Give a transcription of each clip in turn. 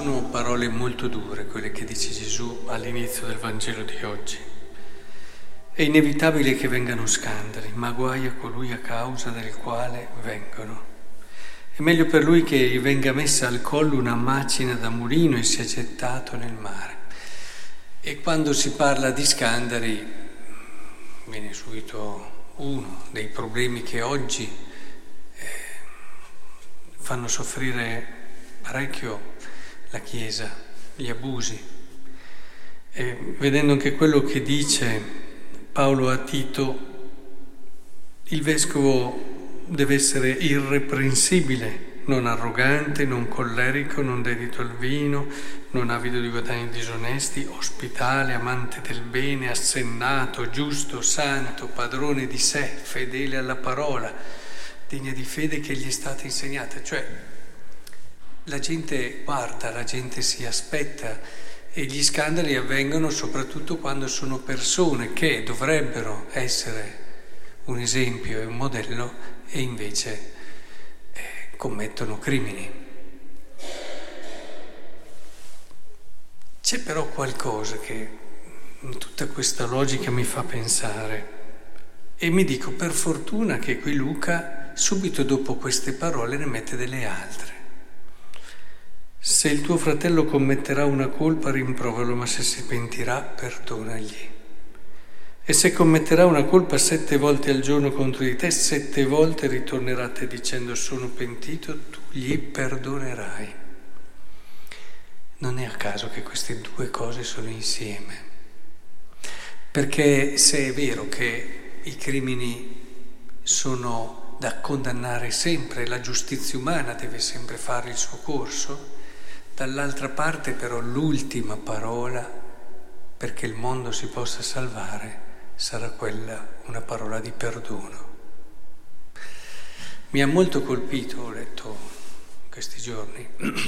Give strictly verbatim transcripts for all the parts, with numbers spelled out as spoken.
sono parole molto dure quelle che dice Gesù all'inizio del Vangelo di oggi. È inevitabile che vengano scandali, ma guai a colui a causa del quale vengono. È meglio per lui che gli venga messa al collo una macina da mulino e sia gettato nel mare. E quando si parla di scandali viene subito uno dei problemi che oggi eh, fanno soffrire parecchio la Chiesa, gli abusi. E vedendo anche quello che dice Paolo a Tito, il vescovo deve essere irreprensibile, non arrogante, non collerico, non dedito al vino, non avido di guadagni disonesti, ospitale, amante del bene, assennato, giusto, santo, padrone di sé, fedele alla parola, degna di fede che gli è stata insegnata. Cioè, la gente guarda, la gente si aspetta e gli scandali avvengono soprattutto quando sono persone che dovrebbero essere un esempio e un modello e invece eh, commettono crimini. C'è però qualcosa che in tutta questa logica mi fa pensare e mi dico per fortuna che qui Luca subito dopo queste parole ne mette delle altre. Se il tuo fratello commetterà una colpa, rimproveralo, ma se si pentirà, perdonagli. E se commetterà una colpa sette volte al giorno contro di te, sette volte ritornerà a te dicendo sono pentito, tu gli perdonerai. Non è a caso che queste due cose sono insieme. Perché se è vero che i crimini sono da condannare sempre, la giustizia umana deve sempre fare il suo corso, dall'altra parte però l'ultima parola perché il mondo si possa salvare sarà quella, una parola di perdono. Mi ha molto colpito, ho letto in questi giorni,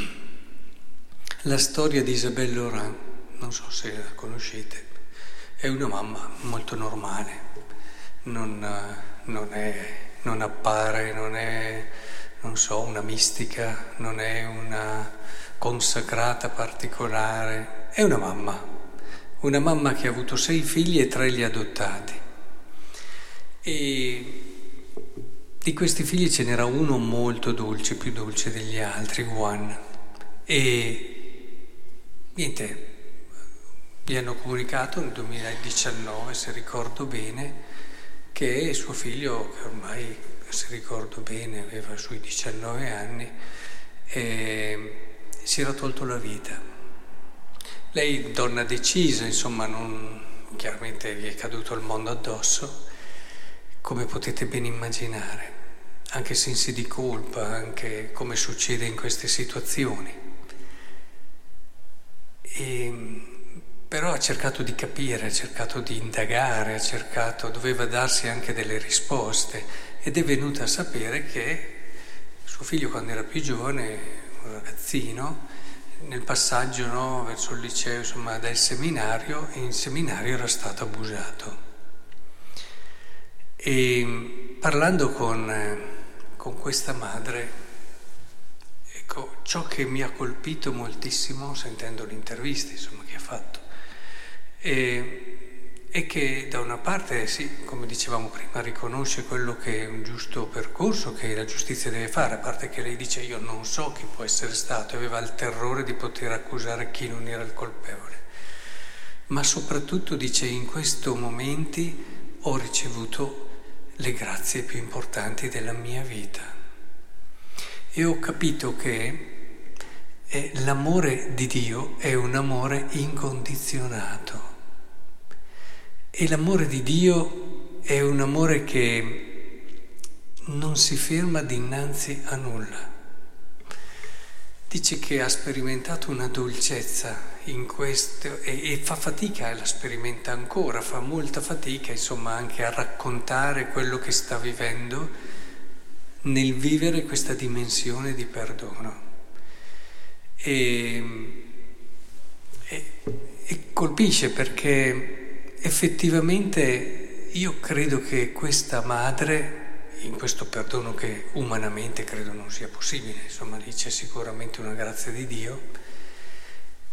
la storia di Isabelle Laurent, non so se la conoscete, è una mamma molto normale, non, non, è, non appare, non è, non so, una mistica, non è una consacrata particolare, è una mamma, una mamma che ha avuto sei figli e tre li ha adottati. E di questi figli ce n'era uno molto dolce, più dolce degli altri, Juan. E niente, gli hanno comunicato nel duemiladiciannove, se ricordo bene, che suo figlio, che ormai, se ricordo bene, aveva sui diciannove anni, e si era tolto la vita. Lei, donna decisa, insomma, non, chiaramente gli è caduto il mondo addosso, come potete ben immaginare, anche sensi di colpa, anche come succede in queste situazioni. E, però ha cercato di capire, ha cercato di indagare, ha cercato, doveva darsi anche delle risposte ed è venuta a sapere che suo figlio, quando era più giovane, un ragazzino, nel passaggio no, verso il liceo, insomma, dal seminario, in seminario era stato abusato. E parlando con, con questa madre, ecco, ciò che mi ha colpito moltissimo, sentendo l'intervista, insomma, che ha fatto, è, è che da una parte, sì, come dicevamo prima, riconosce quello che è un giusto percorso che la giustizia deve fare, a parte che lei dice io non so chi può essere stato, aveva il terrore di poter accusare chi non era il colpevole, ma soprattutto dice in questi momenti ho ricevuto le grazie più importanti della mia vita e ho capito che eh, l'amore di Dio è un amore incondizionato. E l'amore di Dio è un amore che non si ferma dinanzi a nulla. Dice che ha sperimentato una dolcezza in questo e, e fa fatica, la sperimenta ancora, fa molta fatica, insomma, anche a raccontare quello che sta vivendo nel vivere questa dimensione di perdono. E, e, e colpisce perché effettivamente io credo che questa madre, in questo perdono che umanamente credo non sia possibile, insomma lì c'è sicuramente una grazia di Dio,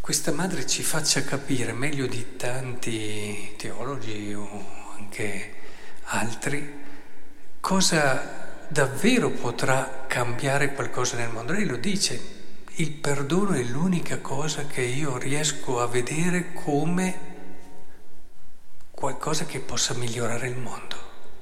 questa madre ci faccia capire meglio di tanti teologi o anche altri cosa davvero potrà cambiare qualcosa nel mondo. Lei lo dice, il perdono è l'unica cosa che io riesco a vedere come qualcosa che possa migliorare il mondo.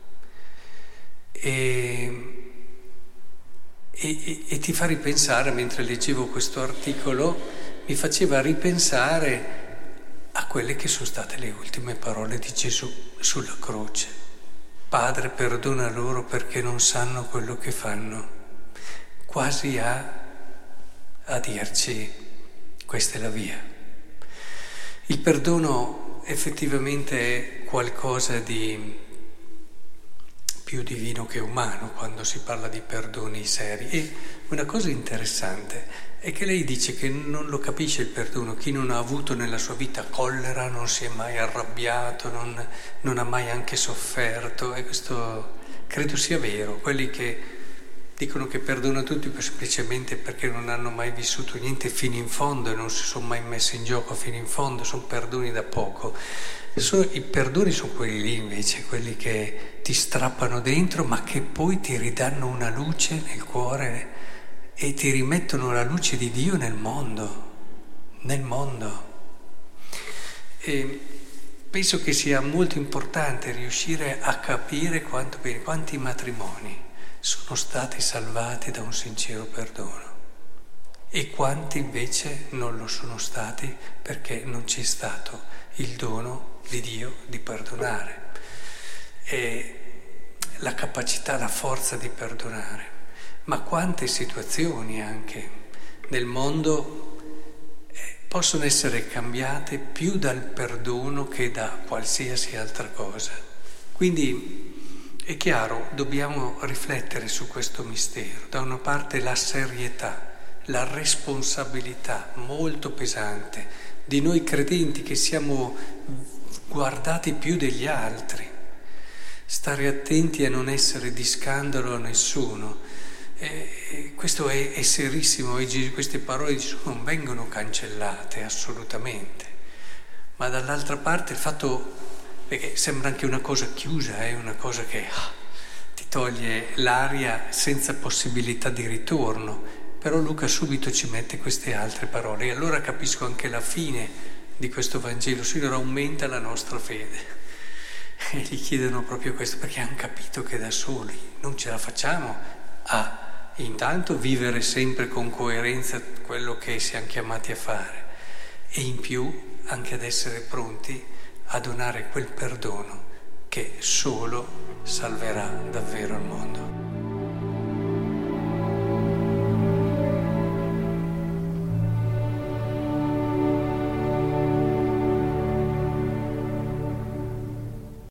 E, e, e ti fa ripensare, mentre leggevo questo articolo, mi faceva ripensare a quelle che sono state le ultime parole di Gesù sulla croce. Padre, perdona loro perché non sanno quello che fanno. Quasi a, a dirci, questa è la via. Il perdono effettivamente è qualcosa di più divino che umano quando si parla di perdoni seri. E una cosa interessante è che lei dice che non lo capisce il perdono chi non ha avuto nella sua vita collera, non si è mai arrabbiato, non, non ha mai anche sofferto, e questo credo sia vero. Quelli che dicono che perdonano tutti semplicemente perché non hanno mai vissuto niente fino in fondo e non si sono mai messi in gioco fino in fondo, sono perdoni da poco. Sono, i perdoni sono quelli lì invece, quelli che ti strappano dentro ma che poi ti ridanno una luce nel cuore e ti rimettono la luce di Dio nel mondo, nel mondo. E penso che sia molto importante riuscire a capire quanto bene, quanti matrimoni sono stati salvati da un sincero perdono e quanti invece non lo sono stati perché non c'è stato il dono di Dio di perdonare e la capacità, la forza di perdonare. Ma quante situazioni anche nel mondo eh, possono essere cambiate più dal perdono che da qualsiasi altra cosa. Quindi è chiaro, dobbiamo riflettere su questo mistero. Da una parte la serietà, la responsabilità molto pesante di noi credenti che siamo guardati più degli altri, stare attenti a non essere di scandalo a nessuno. E questo è, è serissimo e queste parole di Gesù non vengono cancellate assolutamente, ma dall'altra parte il fatto, perché sembra anche una cosa chiusa, è eh, una cosa che ah, ti toglie l'aria senza possibilità di ritorno, però Luca subito ci mette queste altre parole e allora capisco anche la fine di questo Vangelo. Signore, aumenta la nostra fede. E gli chiedono proprio questo perché hanno capito che da soli non ce la facciamo a intanto vivere sempre con coerenza quello che siamo chiamati a fare e in più anche ad essere pronti a donare quel perdono che solo salverà davvero il mondo.